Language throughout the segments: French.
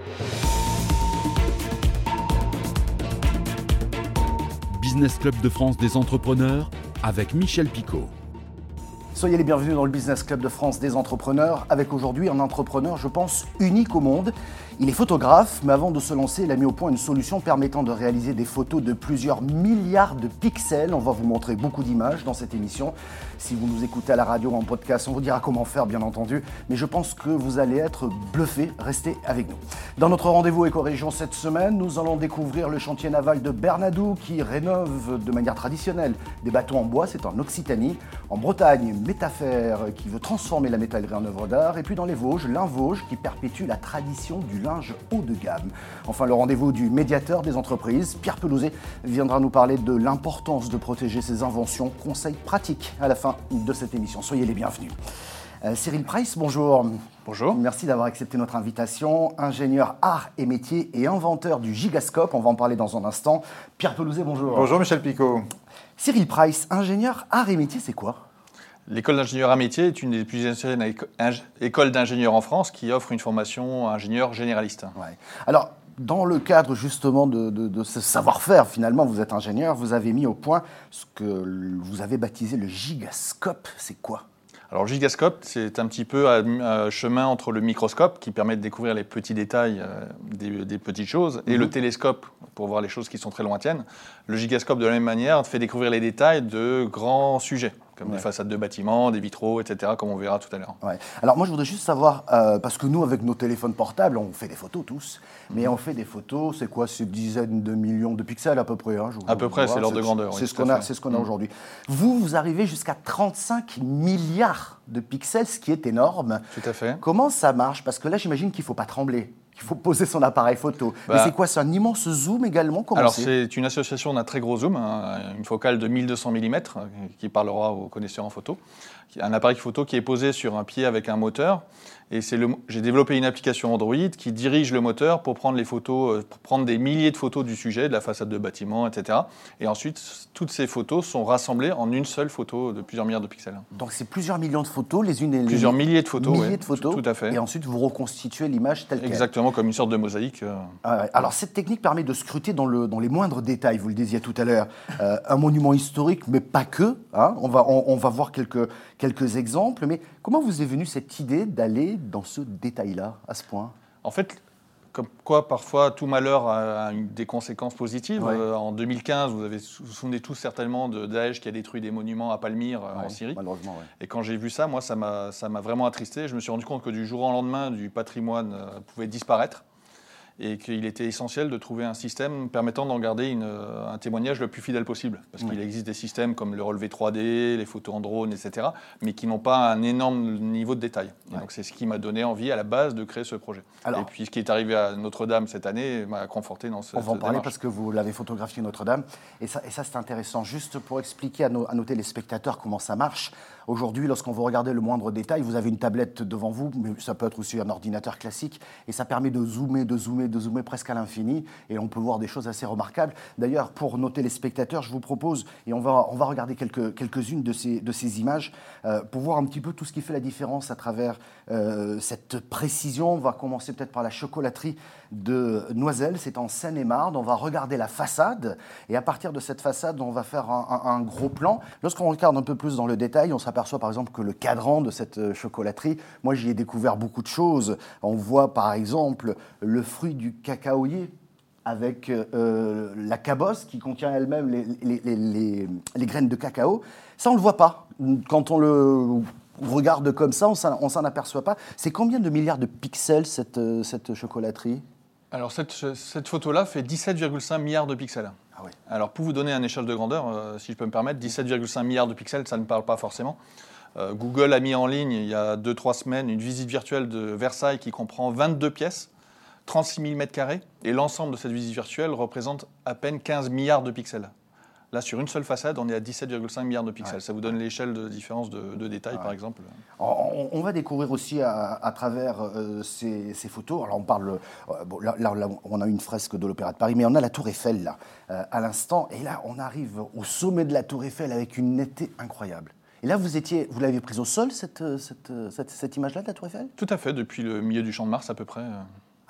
Business Club de France des entrepreneurs avec Michel Picot. Soyez les bienvenus dans le Business Club de France des entrepreneurs, avec aujourd'hui un entrepreneur, je pense, unique au monde. Il est photographe, mais avant de se lancer, il a mis au point une solution permettant de réaliser des photos de plusieurs milliards de pixels. On va vous montrer beaucoup d'images dans cette émission. Si vous nous écoutez à la radio ou en podcast, on vous dira comment faire, bien entendu. Mais je pense que vous allez être bluffés. Restez avec nous. Dans notre rendez-vous Éco-Région cette semaine, nous allons découvrir le chantier naval de Bernadou qui rénove de manière traditionnelle des bateaux en bois. C'est en Occitanie. En Bretagne, Métafer qui veut transformer la métallerie en œuvre d'art. Et puis dans les Vosges, Linvosges qui perpétue la tradition du linge haut de gamme. Enfin, le rendez-vous du médiateur des entreprises, Pierre Pelouzet, viendra nous parler de l'importance de protéger ses inventions. Conseils pratiques à la fin de cette émission. Soyez les bienvenus. Cyril Price, bonjour. Bonjour. Merci d'avoir accepté notre invitation. Ingénieur art et métier et inventeur du Gigascope, on va en parler dans un instant. Pierre Pelouzet, bonjour. Bonjour Michel Picot. Cyril Price, ingénieur art et métier, c'est quoi ? L'école d'ingénieur à métier est une des plus anciennes écoles d'ingénieurs en France qui offre une formation ingénieur généraliste. Ouais. Alors, dans le cadre justement de ce savoir-faire, finalement, vous êtes ingénieur, vous avez mis au point ce que vous avez baptisé le Gigascope. C'est quoi ? Alors, le Gigascope, c'est un petit peu un chemin entre le microscope qui permet de découvrir les petits détails des petites choses et le télescope pour voir les choses qui sont très lointaines. Le Gigascope, de la même manière, fait découvrir les détails de grands sujets, comme des façades de bâtiments, des vitraux, etc., comme on verra tout à l'heure. Ouais. Alors moi, je voudrais juste savoir, parce que nous, avec nos téléphones portables, on fait des photos tous, mais on fait des photos, c'est quoi ? C'est dizaines de millions de pixels à peu près. Hein, à peu près, c'est l'ordre de grandeur. C'est ce qu'on a aujourd'hui. Vous arrivez jusqu'à 35 milliards de pixels, ce qui est énorme. Tout à fait. Comment ça marche ? Parce que là, j'imagine qu'il ne faut pas trembler. Il faut poser son appareil photo. Mais c'est quoi ? C'est un immense zoom également ? Alors, c'est une association d'un très gros zoom, une focale de 1200 mm, qui parlera aux connaisseurs en photo. Un appareil photo qui est posé sur un pied avec un moteur. Et j'ai développé une application Android qui dirige le moteur pour prendre les photos, pour prendre des milliers de photos du sujet, de la façade de bâtiment, etc. Et ensuite, toutes ces photos sont rassemblées en une seule photo de plusieurs milliards de pixels. Donc, c'est plusieurs millions de photos, les unes et les autres. Plusieurs milliers de photos, milliers de photos. Tout à fait. Et ensuite, vous reconstituez l'image telle qu'elle. Exactement, comme une sorte de mosaïque. Alors, cette technique permet de scruter dans les moindres détails, vous le disiez tout à l'heure, un monument historique, mais pas que. Hein. On va voir quelques exemples. Mais comment vous est venue cette idée d'aller dans ce détail-là, à ce point ? En fait, comme quoi parfois tout malheur a des conséquences positives. Ouais. En 2015, vous vous souvenez tous certainement de Daesh qui a détruit des monuments à Palmyre en Syrie. Malheureusement, ouais. Et quand j'ai vu ça, moi, ça m'a vraiment attristé. Je me suis rendu compte que du jour au lendemain, du patrimoine pouvait disparaître et qu'il était essentiel de trouver un système permettant d'en garder un témoignage le plus fidèle possible. Parce qu'il existe des systèmes comme le relevé 3D, les photos en drone, etc., mais qui n'ont pas un énorme niveau de détail. Et donc c'est ce qui m'a donné envie à la base de créer ce projet. Et puis ce qui est arrivé à Notre-Dame cette année m'a conforté dans cette démarche. On va en parler parce que vous l'avez photographié Notre-Dame. Et ça c'est intéressant. Juste pour expliquer à nos téléspectateurs comment ça marche. Aujourd'hui, lorsqu'on veut regarder le moindre détail, vous avez une tablette devant vous, mais ça peut être aussi un ordinateur classique, et ça permet de zoomer presque à l'infini, et on peut voir des choses assez remarquables. D'ailleurs, pour nos téléspectateurs, je vous propose, et on va regarder quelques-unes de ces images, pour voir un petit peu tout ce qui fait la différence à travers cette précision. On va commencer peut-être par la chocolaterie de Noiselle, c'est en Seine-et-Marne. On va regarder la façade, et à partir de cette façade, on va faire un gros plan. Lorsqu'on regarde un peu plus dans le détail, on s'aperçoit par exemple que le cadran de cette chocolaterie, moi j'y ai découvert beaucoup de choses. On voit par exemple le fruit du cacaoyer avec la cabosse qui contient elle-même les graines de cacao. Ça on ne le voit pas. Quand on le regarde comme ça, on s'en aperçoit pas. C'est combien de milliards de pixels cette chocolaterie ? Alors cette photo-là fait 17,5 milliards de pixels. Ah oui. Alors pour vous donner une échelle de grandeur, si je peux me permettre, 17,5 milliards de pixels, ça ne parle pas forcément. Google a mis en ligne il y a 2-3 semaines une visite virtuelle de Versailles qui comprend 22 pièces, 36 000 m², et l'ensemble de cette visite virtuelle représente à peine 15 milliards de pixels. Là, sur une seule façade, on est à 17,5 milliards de pixels. Ouais. Ça vous donne l'échelle de différence de détail, par exemple. On va découvrir aussi à travers ces photos. Alors, on parle... là, on a une fresque de l'Opéra de Paris, mais on a la Tour Eiffel, là, à l'instant. Et là, on arrive au sommet de la Tour Eiffel avec une netteté incroyable. Et là, vous l'avez prise au sol, cette image-là de la Tour Eiffel ? Tout à fait, depuis le milieu du Champ de Mars, à peu près.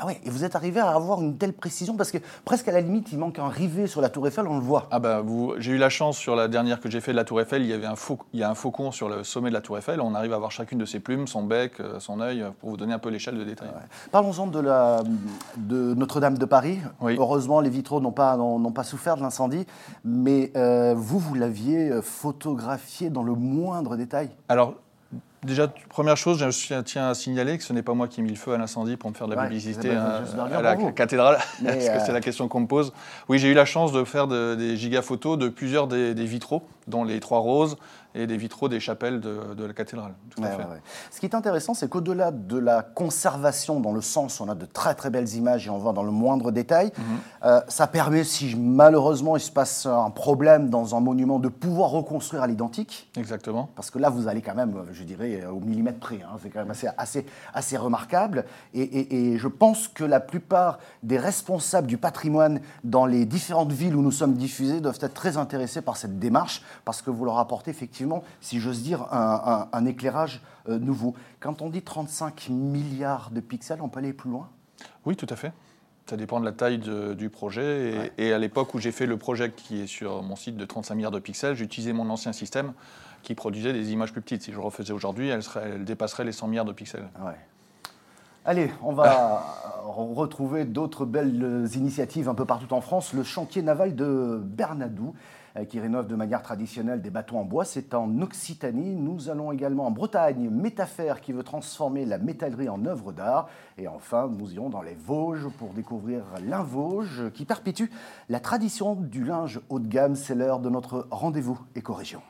Ah ouais, et vous êtes arrivé à avoir une telle précision parce que presque à la limite, il manque un rivet sur la Tour Eiffel, on le voit. Ah bah, j'ai eu la chance sur la dernière que j'ai fait de la Tour Eiffel, il y a un faucon sur le sommet de la Tour Eiffel, on arrive à voir chacune de ses plumes, son bec, son œil, pour vous donner un peu l'échelle de détail. Ouais. Parlons-en de Notre-Dame de Paris. Oui. Heureusement, les vitraux n'ont pas souffert de l'incendie, mais vous l'aviez photographié dans le moindre détail. Alors, déjà, première chose, je tiens à signaler que ce n'est pas moi qui ai mis le feu à l'incendie pour me faire de la publicité à la cathédrale, parce que c'est la question qu'on me pose. Oui, j'ai eu la chance de faire des giga-photos de plusieurs des vitraux, dont les Trois Roses et des vitraux des chapelles de la cathédrale. Tout à fait. Ouais. Ce qui est intéressant, c'est qu'au-delà de la conservation, dans le sens où on a de très très belles images et on voit dans le moindre détail, ça permet, si malheureusement il se passe un problème dans un monument, de pouvoir reconstruire à l'identique. Exactement. Parce que là, vous allez quand même, je dirais, au millimètre près. Hein. C'est quand même assez remarquable. Et je pense que la plupart des responsables du patrimoine dans les différentes villes où nous sommes diffusés doivent être très intéressés par cette démarche, parce que vous leur apportez effectivement, si j'ose dire, un éclairage nouveau. Quand on dit 35 milliards de pixels, on peut aller plus loin ? Oui, tout à fait. Ça dépend de la taille du projet. Et à l'époque où j'ai fait le projet qui est sur mon site de 35 milliards de pixels, j'utilisais mon ancien système qui produisait des images plus petites. Si je le refaisais aujourd'hui, elle dépasserait les 100 milliards de pixels. Ouais. Allez, on va retrouver d'autres belles initiatives un peu partout en France. Le chantier naval de Bernadou, qui rénove de manière traditionnelle des bateaux en bois. C'est en Occitanie. Nous allons également en Bretagne, Métafer qui veut transformer la métallerie en œuvre d'art. Et enfin, nous irons dans les Vosges pour découvrir Linvosges qui perpétue la tradition du linge haut de gamme. C'est l'heure de notre rendez-vous éco-région.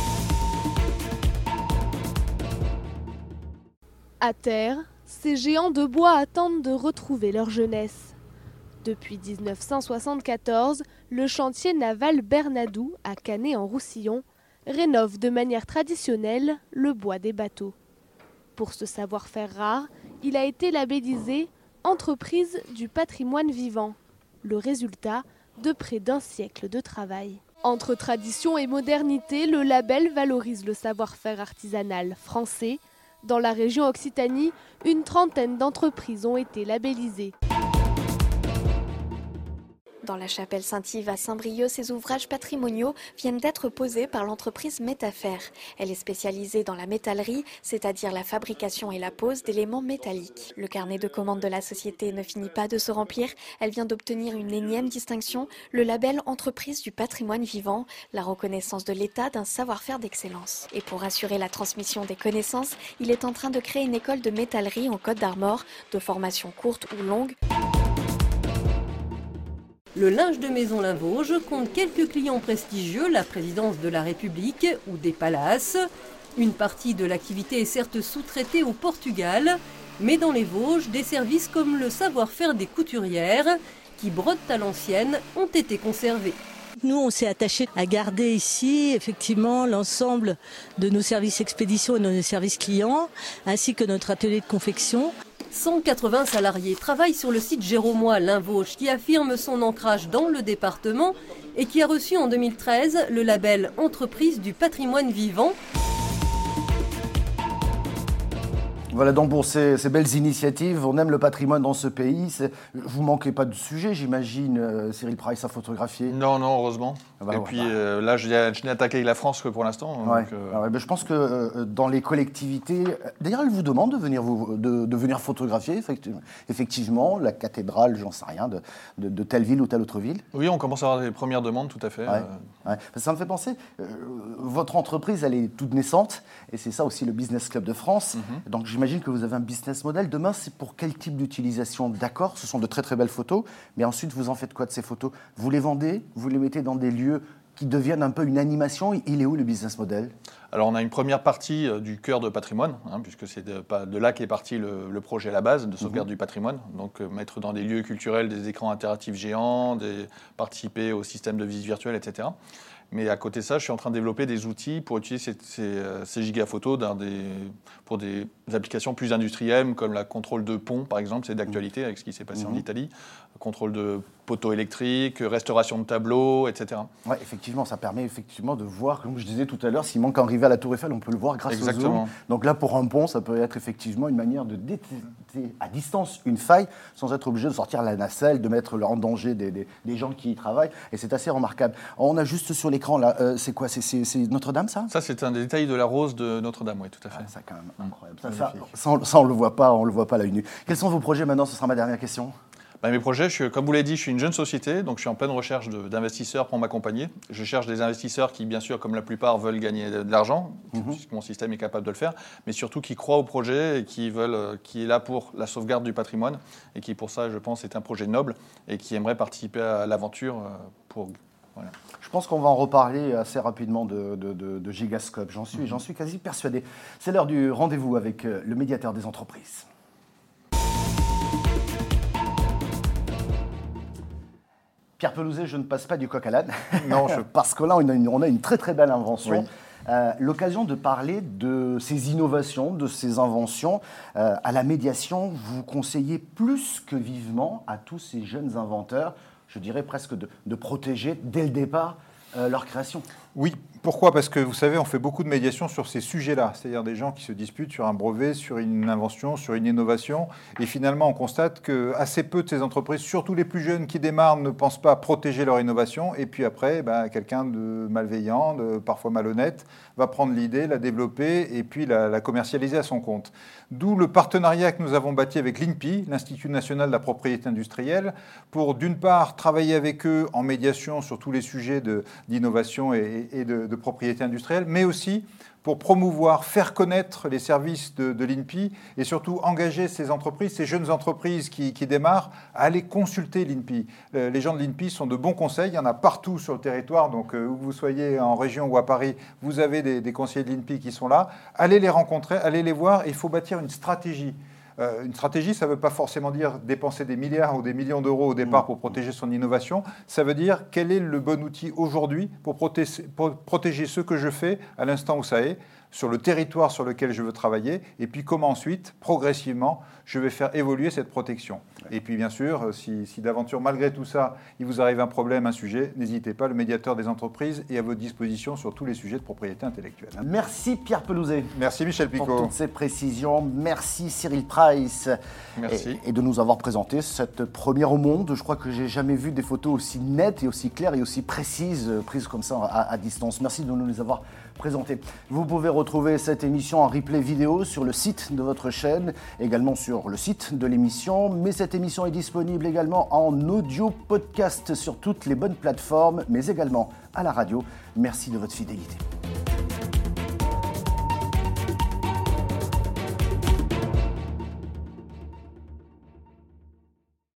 À terre, ces géants de bois attendent de retrouver leur jeunesse. Depuis 1974, le chantier naval Bernadou, à Canet-en-Roussillon, rénove de manière traditionnelle le bois des bateaux. Pour ce savoir-faire rare, il a été labellisé « Entreprise du patrimoine vivant », le résultat de près d'un siècle de travail. Entre tradition et modernité, le label valorise le savoir-faire artisanal français. Dans la région Occitanie, une trentaine d'entreprises ont été labellisées. Dans la chapelle Saint-Yves à Saint-Brieuc, ces ouvrages patrimoniaux viennent d'être posés par l'entreprise Métafer. Elle est spécialisée dans la métallerie, c'est-à-dire la fabrication et la pose d'éléments métalliques. Le carnet de commandes de la société ne finit pas de se remplir. Elle vient d'obtenir une énième distinction, le label Entreprise du patrimoine vivant, la reconnaissance de l'État d'un savoir-faire d'excellence. Et pour assurer la transmission des connaissances, il est en train de créer une école de métallerie en Côte d'Armor, de formation courte ou longue. Le linge de maison Linvosges compte quelques clients prestigieux, la présidence de la République ou des palaces. Une partie de l'activité est certes sous-traitée au Portugal, mais dans les Vosges, des services comme le savoir-faire des couturières, qui brodent à l'ancienne, ont été conservés. Nous, on s'est attaché à garder ici, effectivement, l'ensemble de nos services expédition et de nos services clients, ainsi que notre atelier de confection. 180 salariés travaillent sur le site Géromois Linvosges qui affirme son ancrage dans le département et qui a reçu en 2013 le label Entreprise du patrimoine vivant. Voilà donc pour ces belles initiatives. On aime le patrimoine dans ce pays. Vous ne manquez pas de sujet, j'imagine, Cyril Price, à photographier. Non, heureusement. Bah, et puis là, je n'ai attaqué avec la France que pour l'instant. Ouais. Donc, Je pense que dans les collectivités, d'ailleurs, elles vous demandent de venir photographier, effectivement, la cathédrale, j'en sais rien, de telle ville ou telle autre ville. Oui, on commence à avoir des premières demandes, tout à fait. Ouais. Ça me fait penser, votre entreprise, elle est toute naissante, et c'est ça aussi le Business Club de France. Donc j'imagine que vous avez un business model. Demain, c'est pour quel type d'utilisation? D'accord, ce sont de très très belles photos, mais ensuite, vous en faites quoi de ces photos? Vous les vendez? Vous les mettez dans des lieux qui deviennent un peu une animation? Il est où le business model? Alors on a une première partie du cœur de patrimoine, puisque c'est de là qu'est parti le projet à la base de sauvegarde du patrimoine. Donc mettre dans des lieux culturels des écrans interactifs géants, participer au système de visite virtuelle, etc. Mais à côté de ça, je suis en train de développer des outils pour utiliser ces gigaphotos pour des applications plus industrielles, comme la contrôle de pont, par exemple, c'est d'actualité avec ce qui s'est passé en Italie, contrôle de poteaux électriques, restauration de tableaux, etc. Oui, effectivement, ça permet effectivement de voir, comme je disais tout à l'heure, s'il manque un rivet à la Tour Eiffel, on peut le voir grâce au zoom. Donc là, pour un pont, ça peut être effectivement une manière de détecter à distance une faille sans être obligé de sortir la nacelle, de mettre en danger des gens qui y travaillent. Et c'est assez remarquable. On a juste sur l'écran, là, c'est quoi? C'est Notre-Dame, ça? Ça, c'est un des détails de la rose de Notre-Dame, oui, tout à fait. Ça, quand même incroyable. Ça, on le voit pas à l'œil nu. Quels sont vos projets maintenant? Ce sera ma dernière question. Mes projets, comme vous l'avez dit, je suis une jeune société, donc je suis en pleine recherche d'investisseurs pour m'accompagner. Je cherche des investisseurs qui, bien sûr, comme la plupart, veulent gagner de l'argent, puisque mon système est capable de le faire, mais surtout qui croient au projet et qui est là pour la sauvegarde du patrimoine et qui, pour ça, je pense, est un projet noble et qui aimerait participer à l'aventure pour... Voilà. Je pense qu'on va en reparler assez rapidement de Gigascope. J'en suis quasi persuadé. C'est l'heure du rendez-vous avec le médiateur des entreprises. Pierre Pelouzet, je ne passe pas du coq à l'âne. Non, parce que là, on a une très très belle invention. Oui. L'occasion de parler de ces innovations, de ces inventions. À la médiation, vous conseillez plus que vivement à tous ces jeunes inventeurs, je dirais presque de protéger dès le départ leur création. Oui, pourquoi? Parce que vous savez, on fait beaucoup de médiation sur ces sujets-là, c'est-à-dire des gens qui se disputent sur un brevet, sur une invention, sur une innovation. Et finalement, on constate qu'assez peu de ces entreprises, surtout les plus jeunes qui démarrent, ne pensent pas à protéger leur innovation. Et puis après, quelqu'un de malveillant, parfois malhonnête, va prendre l'idée, la développer et puis la commercialiser à son compte. D'où le partenariat que nous avons bâti avec l'INPI, l'Institut national de la propriété industrielle, pour d'une part travailler avec eux en médiation sur tous les sujets d'innovation et de propriété industrielle, mais aussi pour promouvoir, faire connaître les services de l'INPI et surtout engager ces entreprises, ces jeunes entreprises qui démarrent, à aller consulter l'INPI. Les gens de l'INPI sont de bons conseils, il y en a partout sur le territoire, donc où vous soyez en région ou à Paris, vous avez des conseillers de l'INPI qui sont là. Allez les rencontrer, allez les voir, et il faut bâtir une stratégie. Une stratégie, ça ne veut pas forcément dire dépenser des milliards ou des millions d'euros au départ pour protéger son innovation. Ça veut dire quel est le bon outil aujourd'hui pour protéger ce que je fais à l'instant où ça est, sur le territoire sur lequel je veux travailler, et puis comment ensuite, progressivement, je vais faire évoluer cette protection. Et puis bien sûr, si d'aventure, malgré tout ça, il vous arrive un problème, un sujet, n'hésitez pas, le médiateur des entreprises est à votre disposition sur tous les sujets de propriété intellectuelle. Merci Pierre Pelouzet. Merci Michel Picot. Pour toutes ces précisions. Merci Cyril Price. Merci. Et de nous avoir présenté cette première au monde. Je crois que j'ai jamais vu des photos aussi nettes et aussi claires et aussi précises, prises comme ça à distance. Merci de nous les avoir présentées. Vous pouvez retrouver cette émission en replay vidéo sur le site de votre chaîne, également sur le site de l'émission. Mais cette émission est disponible également en audio podcast sur toutes les bonnes plateformes, mais également à la radio. Merci de votre fidélité.